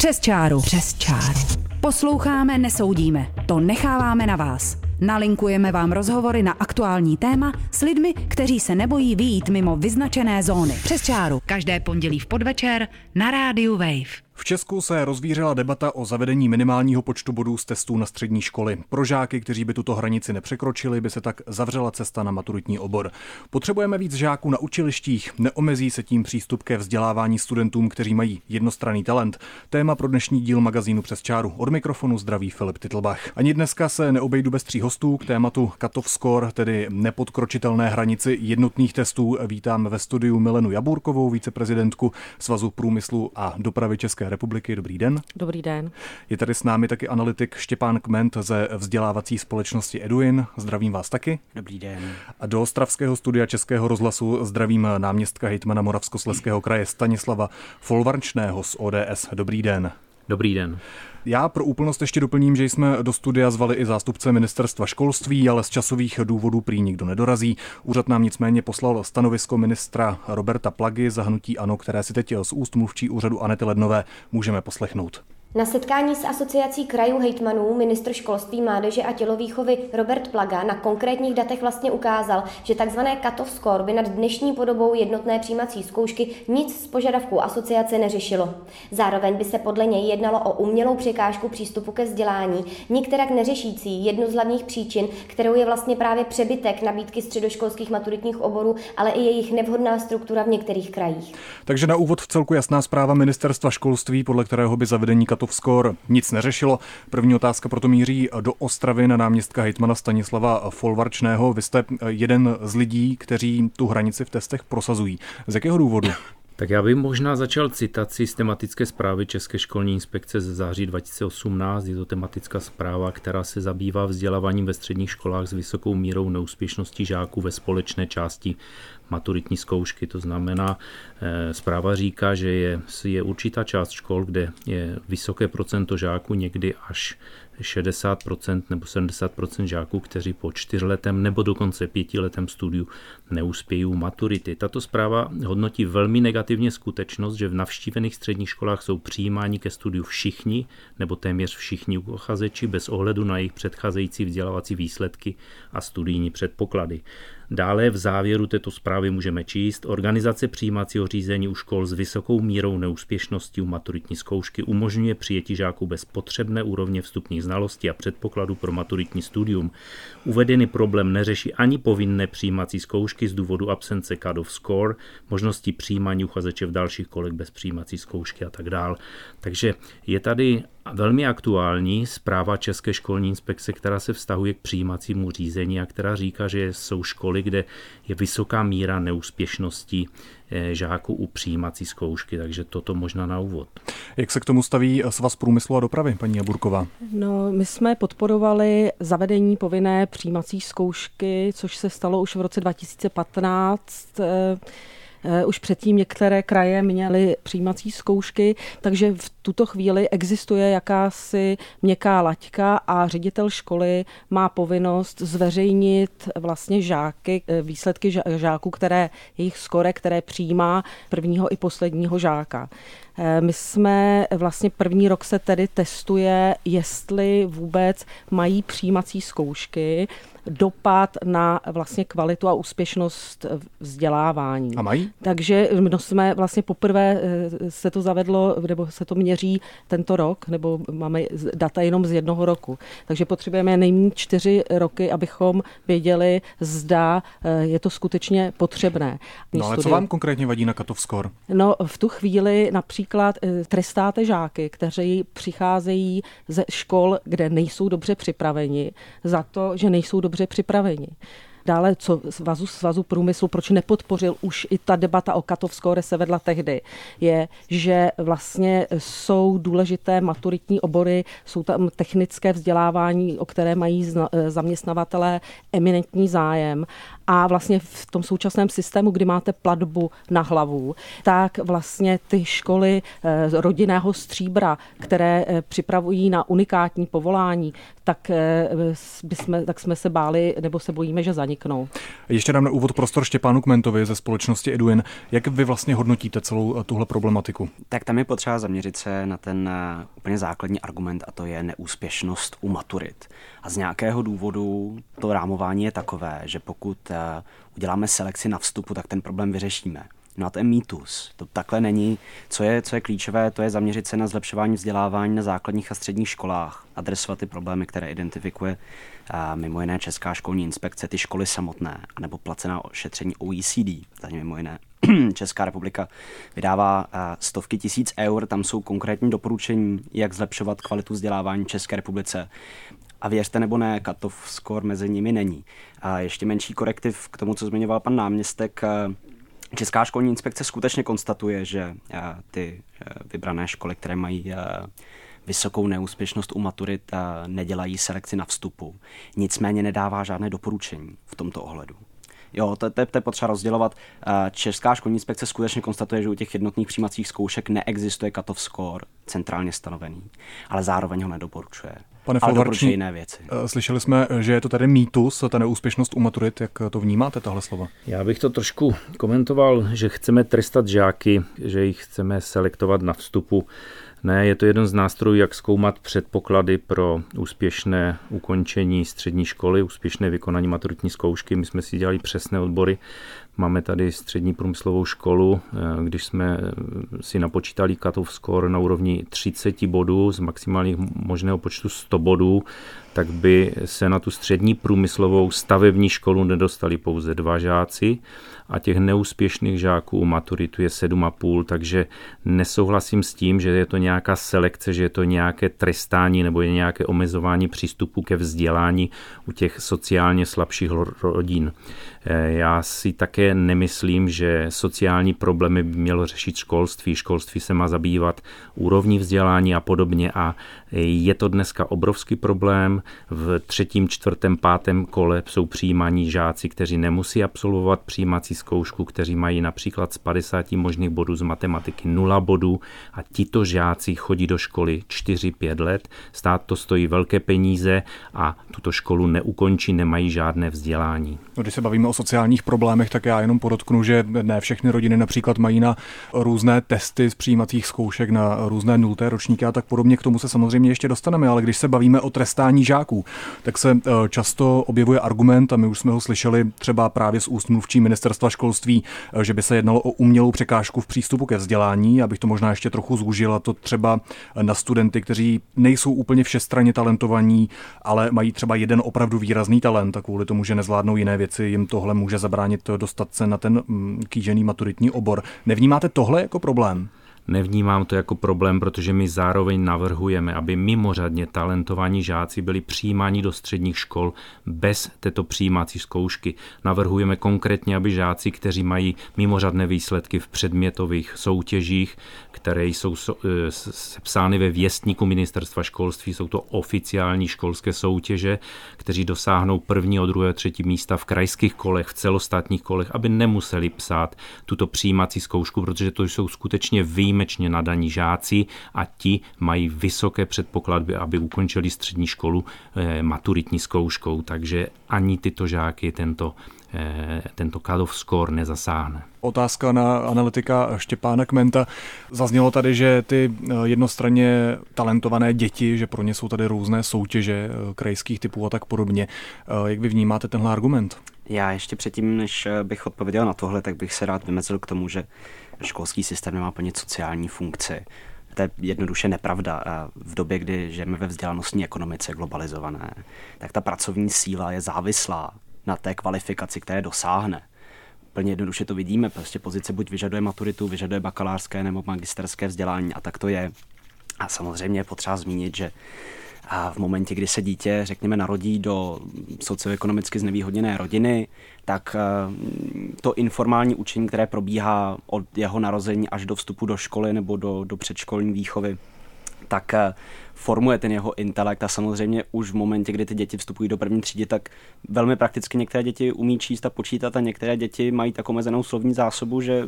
Přes čáru. Přes čáru. Posloucháme, nesoudíme. To necháváme na vás. Nalinkujeme vám rozhovory na aktuální téma s lidmi, kteří se nebojí vyjít mimo vyznačené zóny. Přes čáru. Každé pondělí v podvečer na rádiu Wave. V Česku se rozvířila debata o zavedení minimálního počtu bodů z testů na střední školy. Pro žáky, kteří by tuto hranici nepřekročili, by se tak zavřela cesta na maturitní obor. Potřebujeme víc žáků na učilištích, neomezí se tím přístup ke vzdělávání studentům, kteří mají jednostranný talent. Téma pro dnešní díl magazínu Přes čáru. Od mikrofonu zdraví Filip Titlbach. Ani dneska se neobejdu bez 3 hostů k tématu cut-off score, tedy nepodkročitelné hranici jednotných testů. Vítám ve studiu Milenu Jaburkovou, viceprezidentku Svazu průmyslu a dopravy České republiky. Dobrý den. Dobrý den. Je tady s námi taky analytik Štěpán Kment ze vzdělávací společnosti Eduin. Zdravím vás taky. Dobrý den. A do ostravského studia Českého rozhlasu zdravím náměstka hejtmana Moravskoslezského kraje Stanislava Folvarčného z ODS. Dobrý den. Dobrý den. Já pro úplnost ještě doplním, že jsme do studia zvali i zástupce ministerstva školství, ale z časových důvodů prý nikdo nedorazí. Úřad nám nicméně poslal stanovisko ministra Roberta Plagy za hnutí ANO, které si teď z úst mluvčí úřadu Anety Lednové můžeme poslechnout. Na setkání s Asociací krajů hejtmanů ministr školství, mládeže a tělovýchovy Robert Plaga na konkrétních datech vlastně ukázal, že takzvané cut-off score by nad dnešní podobou jednotné přijímací zkoušky nic z požadavků asociace neřešilo. Zároveň by se podle něj jednalo o umělou překážku přístupu ke vzdělání, nikterak neřešící jednu z hlavních příčin, kterou je vlastně právě přebytek nabídky středoškolských maturitních oborů, ale i jejich nevhodná struktura v některých krajích. Takže na úvod vcelku jasná zpráva ministerstva školství, podle kterého by zavedení cut-off score nic neřešilo. První otázka proto míří do Ostravy na náměstka hejtmana Stanislava Folvarčného. Vy jste jeden z lidí, kteří tu hranici v testech prosazují. Z jakého důvodu? Tak já bych možná začal citací z tematické zprávy České školní inspekce ze září 2018. Je to tematická zpráva, která se zabývá vzděláváním ve středních školách s vysokou mírou neúspěšnosti žáků ve společné části maturitní zkoušky. To znamená, zpráva říká, že je určitá část škol, kde je vysoké procento žáků, někdy až 60% nebo 70% žáků, kteří po 4letém nebo dokonce 5letém studiu neuspějí maturity. Tato zpráva hodnotí velmi negativně skutečnost, že v navštívených středních školách jsou přijímáni ke studiu všichni nebo téměř všichni uchazeči bez ohledu na jejich předcházející vzdělávací výsledky a studijní předpoklady. Dále v závěru této zprávy můžeme číst: organizace přijímacího řízení u škol s vysokou mírou neúspěšnosti u maturitní zkoušky umožňuje přijetí žáků bez potřebné úrovně vstupních znalostí a předpokladů pro maturitní studium. Uvedený problém neřeší ani povinné přijímací zkoušky z důvodu absence cut-off score, možnosti přijímání uchazeče v dalších kolech bez přijímací zkoušky a tak dále. Takže je tady velmi aktuální zpráva České školní inspekce, která se vztahuje k přijímacímu řízení a která říká, že jsou školy, kde je vysoká míra neúspěšnosti žáků u přijímací zkoušky, takže toto možná na úvod. Jak se k tomu staví Svaz průmyslu a dopravy, paní Jaburková? No, my jsme podporovali zavedení povinné přijímací zkoušky, což se stalo už v roce 2015. Už předtím některé kraje měly přijímací zkoušky, takže v tuto chvíli existuje jakási měkká laťka a ředitel školy má povinnost zveřejnit vlastně výsledky žáků, jejich skore, které přijímá prvního i posledního žáka. My jsme vlastně první rok se tedy testuje, jestli vůbec mají přijímací zkoušky dopad na vlastně kvalitu a úspěšnost vzdělávání. A mají? Takže jsme vlastně poprvé se to zavedlo, nebo se to měří tento rok, nebo máme data jenom z jednoho roku. Takže potřebujeme nejméně 4 roky, abychom věděli, zda je to skutečně potřebné. No ale co vám konkrétně vadí na cut-off score? No v tu chvíli například trestáte žáky, kteří přicházejí ze škol, kde nejsou dobře připraveni, za to, že nejsou dobře připraveni. Dále, co Svazu průmyslu, proč nepodpořil, už i ta debata o cut-off score se vedla tehdy, je, že vlastně jsou důležité maturitní obory, jsou tam technické vzdělávání, o které mají zaměstnavatelé eminentní zájem A vlastně v tom současném systému, kdy máte platbu na hlavu, tak vlastně ty školy rodinného stříbra, které připravují na unikátní povolání, tak jsme se báli nebo se bojíme, že zaniknou. Ještě dám na úvod prostor Štěpánu Kmentovi ze společnosti Eduin. Jak vy vlastně hodnotíte celou tuhle problematiku? Tak tam je potřeba zaměřit se na ten úplně základní argument, a to je neúspěšnost u maturit. A z nějakého důvodu to rámování je takové, že pokud uděláme selekci na vstupu, tak ten problém vyřešíme. No a to je mýtus. To takhle není. Co je klíčové, to je zaměřit se na zlepšování vzdělávání na základních a středních školách, adresovat ty problémy, které identifikuje mimo jiné Česká školní inspekce, ty školy samotné, anebo placená šetření OECD, tady mimo jiné. Česká republika vydává stovky tisíc eur, tam jsou konkrétní doporučení, jak zlepšovat kvalitu vzdělávání v České republice. A věřte nebo ne, cut-off score mezi nimi není. A ještě menší korektiv k tomu, co zmiňoval pan náměstek. Česká školní inspekce skutečně konstatuje, že ty vybrané školy, které mají vysokou neúspěšnost u maturit, nedělají selekci na vstupu. Nicméně nedává žádné doporučení v tomto ohledu. Jo, to je potřeba rozdělovat. Česká školní inspekce skutečně konstatuje, že u těch jednotných přijímacích zkoušek neexistuje cut-off score centrálně stanovený, ale zároveň ho nedoporučuje. Pane ale doporučuje Folvarční, jiné věci. Slyšeli jsme, že je to tady mýtus, ta neúspěšnost u maturit. Jak to vnímáte, tahle slova? Já bych to trošku komentoval, že chceme trestat žáky, že jich chceme selektovat na vstupu. Ne, je to jeden z nástrojů, jak zkoumat předpoklady pro úspěšné ukončení střední školy, úspěšné vykonání maturitní zkoušky. My jsme si dělali přesné odbory. Máme tady střední průmyslovou školu, když jsme si napočítali cut-off score na úrovni 30 bodů z maximálního možného počtu 100 bodů, tak by se na tu střední průmyslovou stavební školu nedostali pouze 2 žáci a těch neúspěšných žáků u maturitu je 7,5, takže nesouhlasím s tím, že je to nějaká selekce, že je to nějaké trestání nebo je nějaké omezování přístupu ke vzdělání u těch sociálně slabších rodin. Já si také nemyslím, že sociální problémy by mělo řešit školství. Školství se má zabývat úrovní vzdělání a podobně a je to dneska obrovský problém. V 3., 4., 5. kole jsou přijímaní žáci, kteří nemusí absolvovat přijímací zkoušku, kteří mají například z 50 možných bodů z matematiky 0 bodů a tito žáci chodí do školy 4-5 let. Stát to stojí velké peníze a tuto školu neukončí, nemají žádné vzdělání. Když se bavíme o sociálních problémech, tak já jenom podotknu, že ne všechny rodiny například mají na různé testy z přijímacích zkoušek, na různé 0. ročníky a tak podobně. K tomu se samozřejmě ještě dostaneme, ale když se bavíme o trestání žáků, tak se často objevuje argument, a my už jsme ho slyšeli třeba právě z úst mluvčí ministerstva školství, že by se jednalo o umělou překážku v přístupu ke vzdělání. Abych to možná ještě trochu zúžil, a to třeba na studenty, kteří nejsou úplně všestranně talentovaní, ale mají třeba jeden opravdu výrazný talent a kvůli tomu, že nezvládnou jiné věci, jim tohle může zabránit dostat se na ten kýžený maturitní obor. Nevnímáte tohle jako problém? Nevnímám to jako problém, protože my zároveň navrhujeme, aby mimořádně talentovaní žáci byli přijímáni do středních škol bez této přijímací zkoušky. Navrhujeme konkrétně, aby žáci, kteří mají mimořádné výsledky v předmětových soutěžích, které jsou sepsány ve věstníku ministerstva školství, jsou to oficiální školské soutěže, kteří dosáhnou 1., 2., 3. místa v krajských kolech, v celostátních kolech, aby nemuseli psát tuto přijímací zkoušku, protože to jsou skutečně výjimečně nadaní žáci a ti mají vysoké předpoklady, aby ukončili střední školu maturitní zkouškou, takže ani tyto žáky tento cut-off score nezasáhne. Otázka na analytika Štěpána Kmenta. Zaznělo tady, že ty jednostranně talentované děti, že pro ně jsou tady různé soutěže krajských typů a tak podobně. Jak vy vnímáte tenhle argument? Já ještě předtím, než bych odpověděl na tohle, tak bych se rád vymezil k tomu, že školský systém nemá plnit sociální funkci. To je jednoduše nepravda. V době, kdy žijeme ve vzdělanostní ekonomice globalizované, tak ta pracovní síla je závislá na té kvalifikaci, které dosáhne. Plně jednoduše to vidíme, prostě pozice buď vyžaduje maturitu, vyžaduje bakalářské nebo magisterské vzdělání a tak to je. A samozřejmě je potřeba zmínit, že v momentě, kdy se dítě, řekněme, narodí do socioekonomicky znevýhodněné rodiny, tak to informální učení, které probíhá od jeho narození až do vstupu do školy nebo do předškolní výchovy, tak formuje ten jeho intelekt a samozřejmě už v momentě, kdy ty děti vstupují do první třídy, tak velmi prakticky některé děti umí číst a počítat a některé děti mají tak omezenou slovní zásobu, že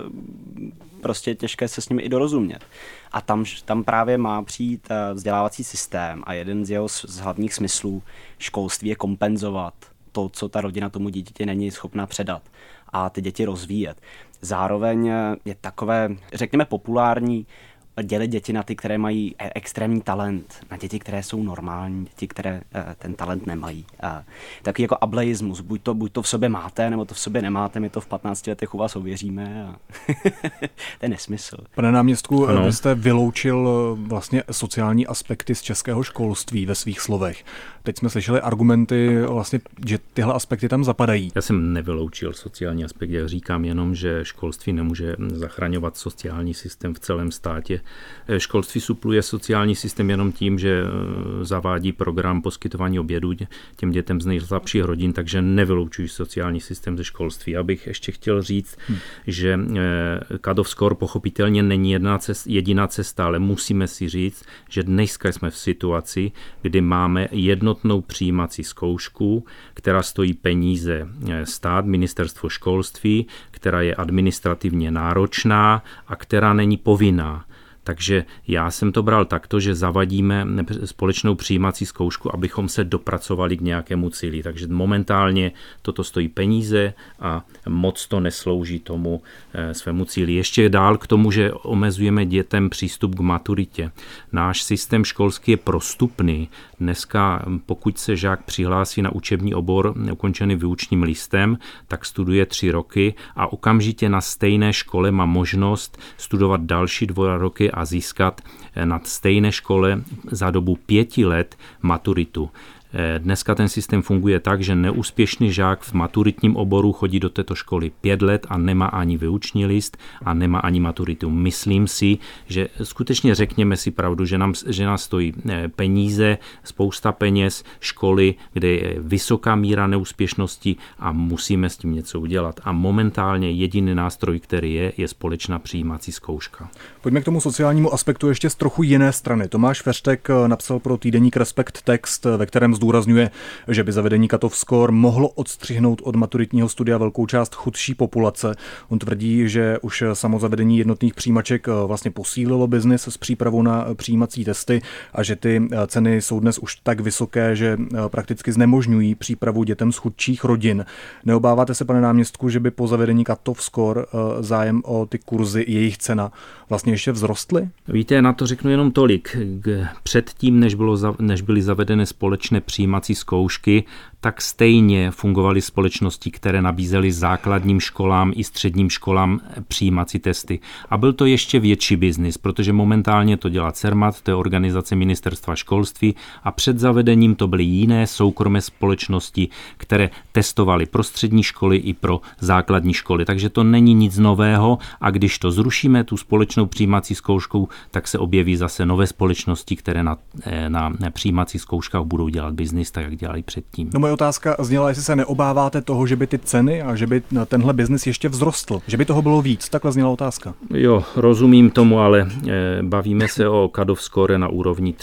prostě je těžké se s nimi i dorozumět. A tam právě má přijít vzdělávací systém a jeden z jeho z hlavních smyslů školství je kompenzovat to, co ta rodina tomu dítěti není schopná předat a ty děti rozvíjet. Zároveň je takové, řekněme, populární dělit děti na ty, které mají extrémní talent, na děti, které jsou normální, děti, které ten talent nemají. Takový jako ableismus, buď to v sobě máte, nebo to v sobě nemáte, my to v 15 letech u vás ověříme. A to je nesmysl. Pane náměstku, vy jste vyloučil vlastně sociální aspekty z českého školství ve svých slovech. Teď jsme slyšeli argumenty, vlastně, že tyhle aspekty tam zapadají. Já jsem nevyloučil sociální aspekt, já říkám jenom, že školství nemůže zachraňovat sociální systém v celém státě. Školství supluje sociální systém jenom tím, že zavádí program poskytování obědů těm dětem z nejslabších rodin, takže nevyloučují sociální systém ze školství. Já bych ještě chtěl říct, že cut-off score pochopitelně není jediná cesta, ale musíme si říct, že dneska jsme v situaci, kdy máme jednotnou přijímací zkoušku, která stojí peníze stát, ministerstvo školství, která je administrativně náročná a která není povinná. Takže já jsem to bral takto, že zavadíme společnou přijímací zkoušku, abychom se dopracovali k nějakému cíli. Takže momentálně toto stojí peníze a moc to neslouží tomu svému cíli. Ještě dál k tomu, že omezujeme dětem přístup k maturitě. Náš systém školský je prostupný. Dneska, pokud se žák přihlásí na učební obor ukončený výučním listem, tak studuje 3 roky a okamžitě na stejné škole má možnost studovat další 2 roky a získat na stejné škole za dobu 5 let maturitu. Dneska ten systém funguje tak, že neúspěšný žák v maturitním oboru chodí do této školy 5 let a nemá ani výuční list a nemá ani maturitu. Myslím si, že skutečně řekněme si pravdu, že nás stojí peníze, spousta peněz, školy, kde je vysoká míra neúspěšnosti a musíme s tím něco udělat. A momentálně jediný nástroj, který je společná přijímací zkouška. Pojďme k tomu sociálnímu aspektu ještě z trochu jiné strany. Tomáš Feřtek napsal pro týdeník Respekt text, ve kterém zdůrazňuje, že by zavedení cut-off score mohlo odstřihnout od maturitního studia velkou část chudší populace. On tvrdí, že už samo zavedení jednotných přijímaček vlastně posílilo biznis s přípravou na přijímací testy a že ty ceny jsou dnes už tak vysoké, že prakticky znemožňují přípravu dětem z chudších rodin. Neobáváte se, pane náměstku, že by po zavedení cut-off score zájem o ty kurzy, jejich cena vlastně ještě vzrostly? Víte, na to řeknu jenom tolik. Předtím, než byly zavedeny společné přijímací zkoušky, tak stejně fungovaly společnosti, které nabízely základním školám i středním školám přijímací testy. A byl to ještě větší biznis, protože momentálně to dělá CERMAT, to je organizace ministerstva školství, a před zavedením to byly jiné soukromé společnosti, které testovaly pro střední školy i pro základní školy. Takže to není nic nového a když to zrušíme, tu společnou přijímací zkoušku, tak se objeví zase nové společnosti, které na přijímací zkouškách budou dělat biznis, tak jak dělali předtím. No, moje otázka zněla, jestli se neobáváte toho, že by ty ceny a že by tenhle biznis ještě vzrostl, že by toho bylo víc. Takhle zněla otázka. Jo, rozumím tomu, ale bavíme se o cut-off score na úrovni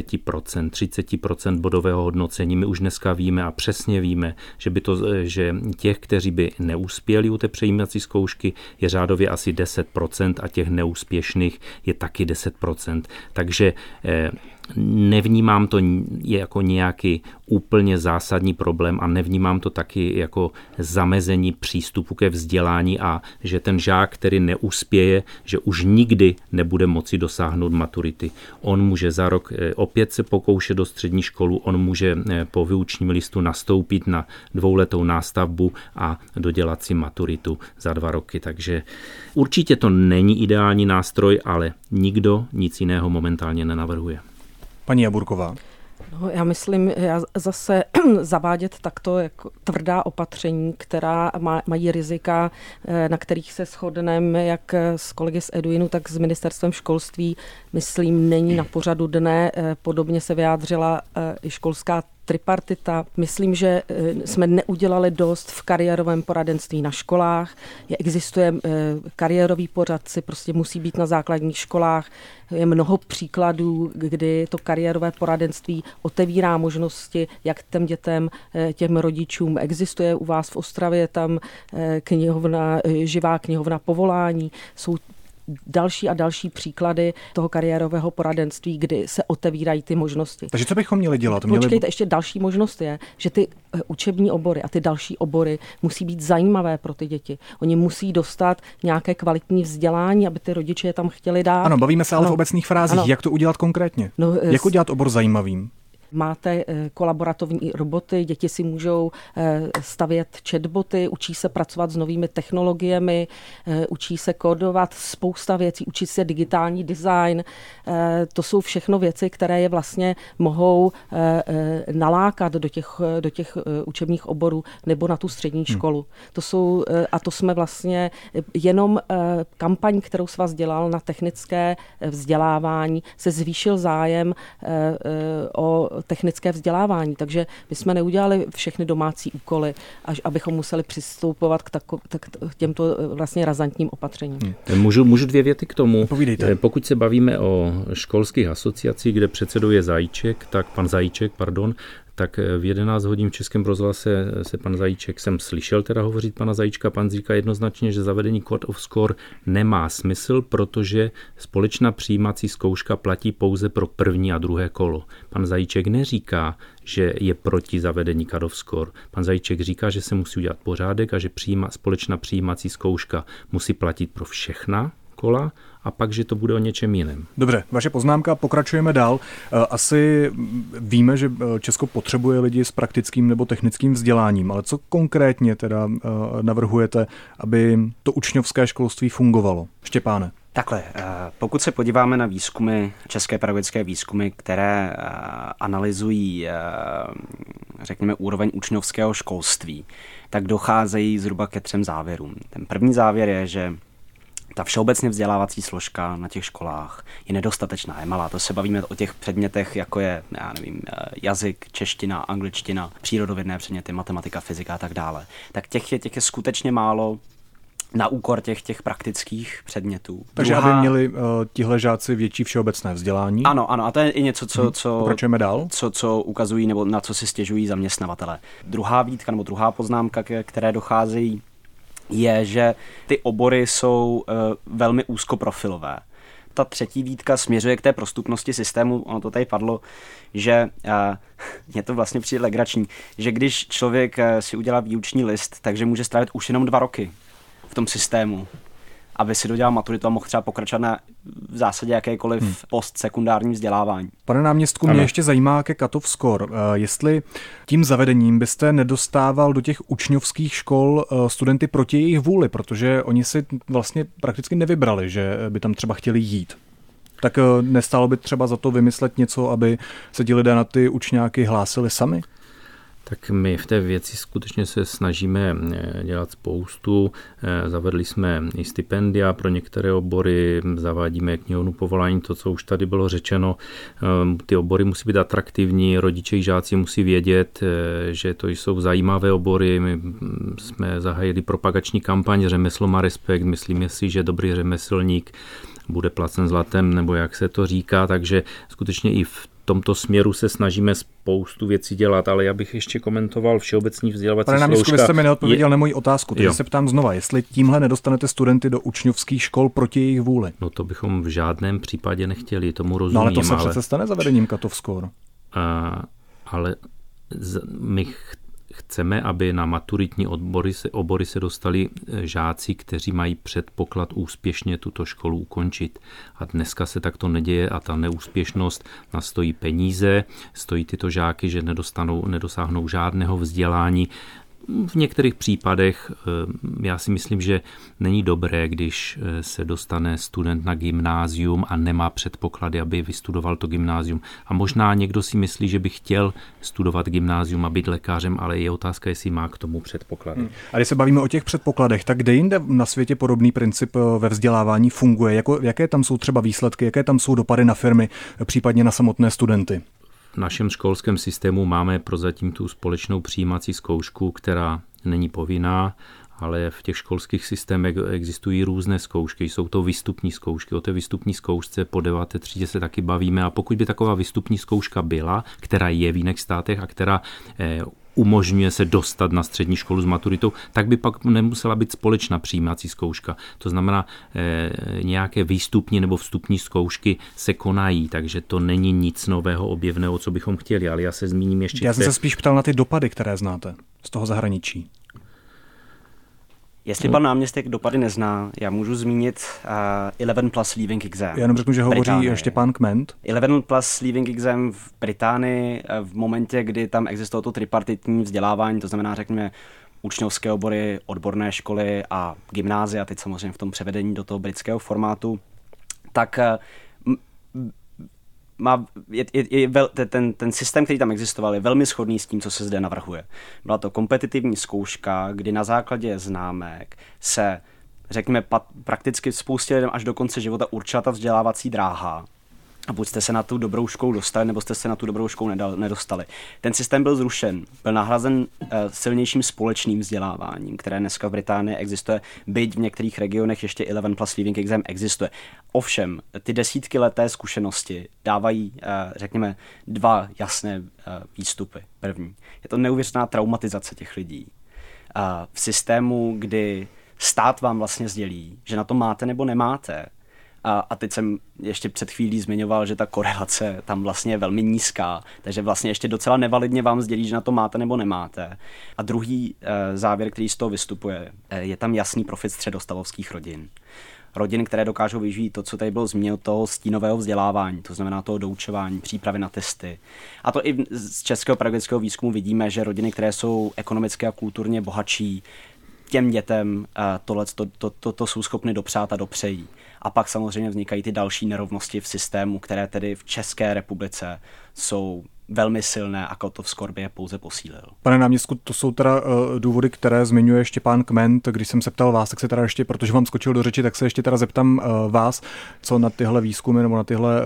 30% bodového hodnocení. My už dneska víme a přesně víme, že těch, kteří by neuspěli u té přijímací zkoušky, je řádově asi 10% a těch neúspěšných je taky 10%. Takže nevnímám to jako nějaký úplně zásadní problém a nevnímám to taky jako zamezení přístupu ke vzdělání a že ten žák, který neuspěje, že už nikdy nebude moci dosáhnout maturity. On může za rok opět se pokoušet do střední školu, on může po výučním listu nastoupit na 2letou nástavbu a dodělat si maturitu za 2 roky. Takže určitě to není ideální nástroj, ale nikdo nic jiného momentálně nenavrhuje. Paní Jaburková. No, já myslím, zase zavádět takto jako tvrdá opatření, která mají rizika, na kterých se shodneme jak s kolegy z Eduinu, tak s ministerstvem školství, myslím, není na pořadu dne. Podobně se vyjádřila i školská tripartita. Myslím, že jsme neudělali dost v kariérovém poradenství na školách. Existuje kariérový poradci, prostě musí být na základních školách. Je mnoho příkladů, kdy to kariérové poradenství otevírá možnosti, jak těm dětem, těm rodičům. Existuje u vás v Ostravě tam knihovna, živá knihovna povolání. Jsou další a další příklady toho kariérového poradenství, kdy se otevírají ty možnosti. Takže co bychom měli dělat? Počkejte, ještě další možnost je, že ty učební obory a ty další obory musí být zajímavé pro ty děti. Oni musí dostat nějaké kvalitní vzdělání, aby ty rodiče je tam chtěli dát. Ano, bavíme se ale v obecných frázích. Ano. Jak to udělat konkrétně? Jak udělat obor zajímavým? Máte kolaborativní roboty, děti si můžou stavět chatboty, učí se pracovat s novými technologiemi, učí se kódovat spousta věcí, učí se digitální design. To jsou všechno věci, které je vlastně mohou nalákat do těch učebních oborů nebo na tu střední školu. To jsme vlastně jenom kampaň, kterou Svaz dělal na technické vzdělávání, se zvýšil zájem o technické vzdělávání, takže my jsme neudělali všechny domácí úkoly, až abychom museli přistupovat k těmto vlastně razantním opatřením. Můžu 2 věty k tomu. Povídejte. Pokud se bavíme o školských asociacích, kde předsedou je pan Zajíček, tak v 11 hodin v Českém rozhlase se pan Zajíček, jsem slyšel teda hovořit pana Zajíčka, pan říká jednoznačně, že zavedení cut off score nemá smysl, protože společná přijímací zkouška platí pouze pro první a druhé kolo. Pan Zajíček neříká, že je proti zavedení cut off score. Pan Zajíček říká, že se musí udělat pořádek a že společná přijímací zkouška musí platit pro všechna kola a pak, že to bude o něčem jiném. Dobře, vaše poznámka, pokračujeme dál. Asi víme, že Česko potřebuje lidi s praktickým nebo technickým vzděláním, ale co konkrétně teda navrhujete, aby to učňovské školství fungovalo? Štěpáne. Takhle, pokud se podíváme na výzkumy, české pedagogické výzkumy, které analyzují, řekněme, úroveň učňovského školství, tak docházejí zhruba ke 3 závěrům. Ten první závěr je, že ta všeobecně vzdělávací složka na těch školách je nedostatečná, je malá. To se bavíme o těch předmětech, jako je, jazyk, čeština, angličtina, přírodovědné předměty, matematika, fyzika a tak dále. Tak těch je skutečně málo na úkor těch praktických předmětů. Takže aby měli tihle žáci větší všeobecné vzdělání. Ano, a to je i něco, co pokračujeme dál. Co ukazují nebo na co si stěžují zaměstnavatele. Druhá výtka nebo druhá poznámka, které docházejí, je, že ty obory jsou velmi úzkoprofilové. Ta třetí výtka směřuje k té prostupnosti systému, ono to tady padlo, že je to vlastně přijde legrační, že když člověk si udělá výuční list, takže může strávit už jenom 2 roky v tom systému, aby si dodělal maturitu a mohl třeba pokračovat na v zásadě jakékoliv postsekundární vzdělávání. Pane náměstku, mě ještě zajímá ke cut off score. Jestli tím zavedením byste nedostával do těch učňovských škol studenty proti jejich vůli, protože oni si vlastně prakticky nevybrali, že by tam třeba chtěli jít. Tak nestálo by třeba za to vymyslet něco, aby se ti lidé na ty učňáky hlásili sami? Tak my v té věci skutečně se snažíme dělat spoustu. Zavedli jsme i stipendia pro některé obory, zavádíme knihovnu povolání, to, co už tady bylo řečeno. Ty obory musí být atraktivní, rodiče i žáci musí vědět, že to jsou zajímavé obory. My jsme zahájili propagační kampaň Řemeslo má respekt, myslíme si, že dobrý řemeslník bude placen zlatem, nebo jak se to říká, takže skutečně i v tomto směru se snažíme spoustu věcí dělat, ale já bych ještě komentoval všeobecný vzdělávací složka. Pane náměstku, vy jste mi neodpověděl na moji otázku, takže se ptám znova, jestli tímhle nedostanete studenty do učňovských škol proti jejich vůli. No to bychom v žádném případě nechtěli, tomu rozumím. No ale to se přece stane zavedením cut off score. Ale my chceme, aby na maturitní obory se dostali žáci, kteří mají předpoklad úspěšně tuto školu ukončit. A dneska se takto neděje a ta neúspěšnost nás stojí peníze, stojí tyto žáky, že nedosáhnou žádného vzdělání. V některých případech já si myslím, že není dobré, když se dostane student na gymnázium a nemá předpoklady, aby vystudoval to gymnázium. A možná někdo si myslí, že by chtěl studovat gymnázium a být lékařem, ale je otázka, jestli má k tomu předpoklady. A když se bavíme o těch předpokladech, tak kde jinde na světě podobný princip ve vzdělávání funguje? Jaké tam jsou třeba výsledky, jaké tam jsou dopady na firmy, případně na samotné studenty? V našem školském systému máme prozatím tu společnou přijímací zkoušku, která není povinná, ale v těch školských systémech existují různé zkoušky. Jsou to výstupní zkoušky. O té výstupní zkoušce po 9. třídě se taky bavíme a pokud by taková výstupní zkouška byla, která je v jiných státech a která umožňuje se dostat na střední školu s maturitou, tak by pak nemusela být společná přijímací zkouška. To znamená, nějaké výstupní nebo vstupní zkoušky se konají, takže to není nic nového, objevného, co bychom chtěli, ale já se zmíním ještě. Já jsem se spíš ptal na ty dopady, které znáte z toho zahraničí. Jestli pan náměstek dopady nezná, já můžu zmínit 11 plus leaving exam. Já jenom řeknu, že hovoří Štěpán Kment. 11 plus leaving exam v Británii v momentě, kdy tam existovalo to tripartitní vzdělávání, to znamená, řekněme, učňovské obory, odborné školy a gymnázia, teď samozřejmě v tom převedení do toho britského formátu, tak ten systém, který tam existoval, je velmi shodný s tím, co se zde navrhuje. Byla to kompetitivní zkouška, kdy na základě známek se, řekněme, prakticky spoustě lidem až do konce života určila ta vzdělávací dráha. A buď jste se na tu dobrou školu dostali, nebo jste se na tu dobrou školu nedostali. Ten systém byl zrušen, byl nahrazen silnějším společným vzděláváním, které dneska v Británii existuje, byť v některých regionech ještě 11 plus leaving exam existuje. Ovšem, ty desítkyleté zkušenosti dávají, řekněme, dva jasné výstupy. První, je to neuvěřitelná traumatizace těch lidí. V systému, kdy stát vám vlastně sdělí, že na to máte nebo nemáte. A teď jsem ještě před chvílí zmiňoval, že ta korelace tam vlastně je velmi nízká, takže vlastně ještě docela nevalidně vám sdělí, že na to máte nebo nemáte. A druhý závěr, který z toho vystupuje, je tam jasný profit středostavovských rodin. Rodin, které dokážou využít to, co tady bylo zmíněno, toho stínového vzdělávání, to znamená toho doučování, přípravy na testy. A to i z českého pedagogického výzkumu vidíme, že rodiny, které jsou ekonomicky a kulturně bohatší, těm dětem to jsou schopny dopřát a dopřejí. A pak samozřejmě vznikají ty další nerovnosti v systému, které tedy v České republice jsou velmi silné a Kottov score by je pouze posílil. Pane náměstku, to jsou teda důvody, které zmiňuje Štěpán Kment. Když jsem se ptal vás, tak se teda ještě, protože vám skočil do řeči, tak se ještě teda zeptám vás, co na tyhle výzkumy nebo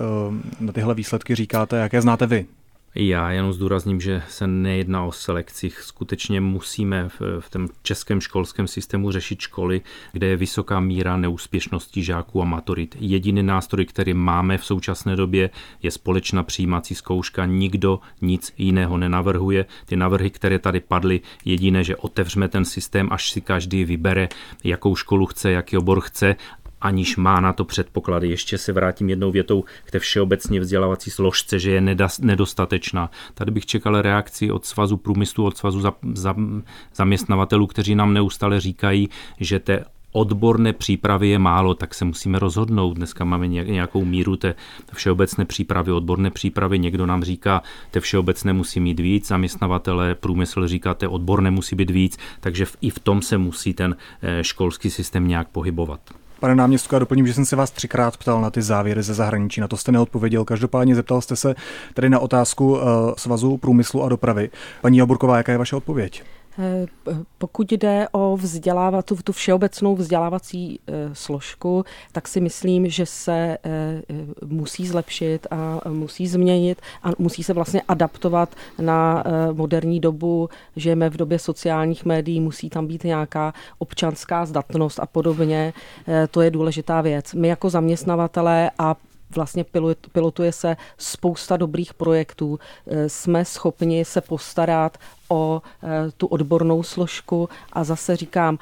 na tyhle výsledky říkáte, jaké znáte vy. Já jenom zdůrazním, že se nejedná o selekci. Skutečně musíme v tom českém školském systému řešit školy, kde je vysoká míra neúspěšnosti žáků a maturit. Jediný nástroj, který máme v současné době, je společná přijímací zkouška. Nikdo nic jiného nenavrhuje. Ty návrhy, které tady padly, jediné, že otevřeme ten systém, až si každý vybere, jakou školu chce, jaký obor chce, aniž má na to předpoklady. Ještě se vrátím jednou větou k té všeobecně vzdělávací složce, že je nedostatečná. Tady bych čekal reakci od Svazu průmyslu, od Svazu zaměstnavatelů, kteří nám neustále říkají, že té odborné přípravy je málo, tak se musíme rozhodnout. Dneska máme nějakou míru té všeobecné přípravy, odborné přípravy. Někdo nám říká, té všeobecné musí mít víc, zaměstnavatele, průmysl říká, té odborné musí být víc, takže i v tom se musí ten školský systém nějak pohybovat. Pane náměstku, já doplním, že jsem se vás 3krát ptal na ty závěry ze zahraničí, na to jste neodpověděl. Každopádně zeptal jste se tedy na otázku Svazu průmyslu a dopravy. Paní Jaburková, jaká je vaše odpověď? Pokud jde o tu všeobecnou vzdělávací složku, tak si myslím, že se musí zlepšit a musí změnit a musí se vlastně adaptovat na moderní dobu. Žijeme v době sociálních médií, musí tam být nějaká občanská zdatnost a podobně. To je důležitá věc. My jako zaměstnavatelé a vlastně pilotuje se spousta dobrých projektů. Jsme schopni se postarat o tu odbornou složku a zase říkám,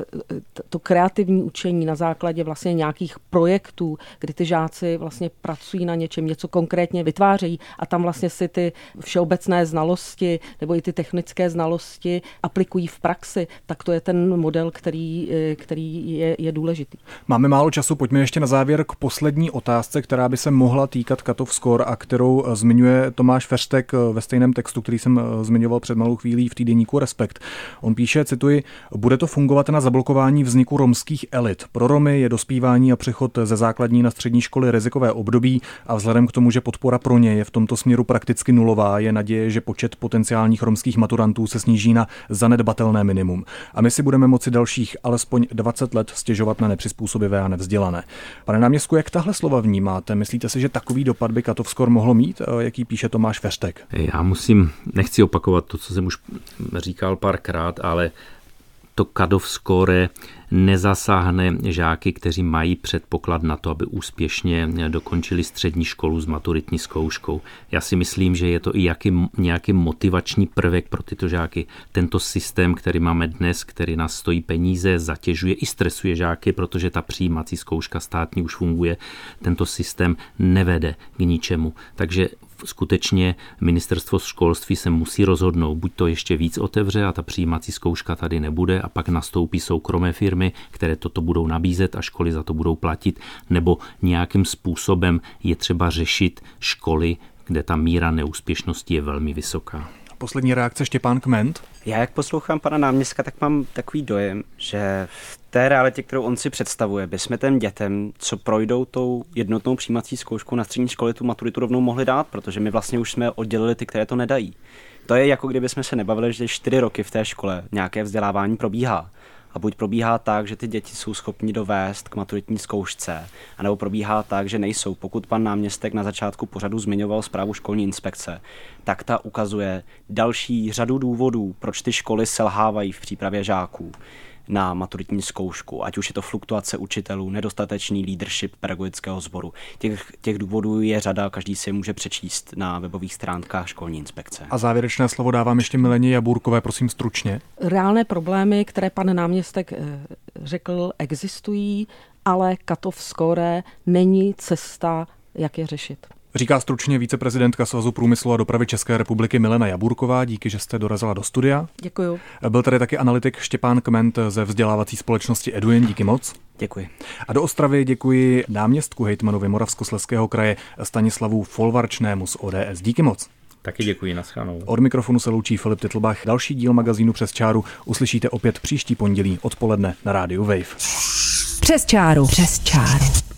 to kreativní učení na základě vlastně nějakých projektů, kdy ty žáci vlastně pracují na něčem, něco konkrétně vytvářejí a tam vlastně si ty všeobecné znalosti nebo i ty technické znalosti aplikují v praxi, tak to je ten model, který je důležitý. Máme málo času, pojďme ještě na závěr k poslední otázce, která by se mohla týkat Kottov score a kterou zmiňuje Tomáš Feřtek ve stejném textu, který jsem zmiňoval před malou malou chvílí v týdeníku Respekt. On píše, cituji, bude to fungovat na zablokování vzniku romských elit. Pro Romy je dospívání a přechod ze základní na střední školy rizikové období a vzhledem k tomu, že podpora pro ně je v tomto směru prakticky nulová, je naděje, že počet potenciálních romských maturantů se sníží na zanedbatelné minimum. A my si budeme moci dalších alespoň 20 let stěžovat na nepřizpůsobivé a nevzdělané. Pane náměstku, jak tahle slova vnímáte? Myslíte si, že takový dopad by cut-off score mohlo mít, jaký píše Tomáš Feřtek? Nechci opakovat to, co jsem už říkal párkrát, ale to cut-off score nezasáhne žáky, kteří mají předpoklad na to, aby úspěšně dokončili střední školu s maturitní zkouškou. Já si myslím, že je to i nějaký motivační prvek pro tyto žáky. Tento systém, který máme dnes, který nás stojí peníze, zatěžuje i stresuje žáky, protože ta přijímací zkouška státní už funguje. Tento systém nevede k ničemu. Takže skutečně ministerstvo školství se musí rozhodnout, buď to ještě víc otevře a ta přijímací zkouška tady nebude a pak nastoupí soukromé firmy, které toto budou nabízet a školy za to budou platit, nebo nějakým způsobem je třeba řešit školy, kde ta míra neúspěšnosti je velmi vysoká. Poslední reakce Štěpán Kment. Já jak poslouchám pana náměstka, tak mám takový dojem, že v té realitě, kterou on si představuje, bychom těm dětem, co projdou tou jednotnou přijímací zkouškou na střední školy, tu maturitu rovnou mohli dát, protože my vlastně už jsme oddělili ty, které to nedají. To je jako kdyby jsme se nebavili, že 4 roky v té škole nějaké vzdělávání probíhá. A buď probíhá tak, že ty děti jsou schopni dovést k maturitní zkoušce, anebo probíhá tak, že nejsou. Pokud pan náměstek na začátku pořadu zmiňoval zprávu školní inspekce, tak ta ukazuje další řadu důvodů, proč ty školy selhávají v přípravě žáků na maturitní zkoušku, ať už je to fluktuace učitelů, nedostatečný leadership pedagogického sboru. Těch důvodů je řada, každý si je může přečíst na webových stránkách školní inspekce. A závěrečné slovo dávám ještě Mileně Jaburkové, prosím stručně. Reálné problémy, které pan náměstek řekl, existují, ale cut-off score není cesta, jak je řešit. Říká stručně viceprezidentka Svazu průmyslu a dopravy České republiky Milena Jaburková. Díky, že jste dorazila do studia. Děkuju. Byl tady taky analytik Štěpán Kment ze vzdělávací společnosti Eduin. Díky moc. Děkuji. A do Ostravy děkuji náměstku hejtmanovi Moravskoslezského kraje Stanislavu Folvarčnému z ODS. Díky moc. Taky děkuji, naschledanou. Od mikrofonu se loučí Filip Titlbach. Další díl magazínu Přes čáru uslyšíte opět příští pondělí odpoledne na rádiu Wave. Přes čáru. Přes čáru.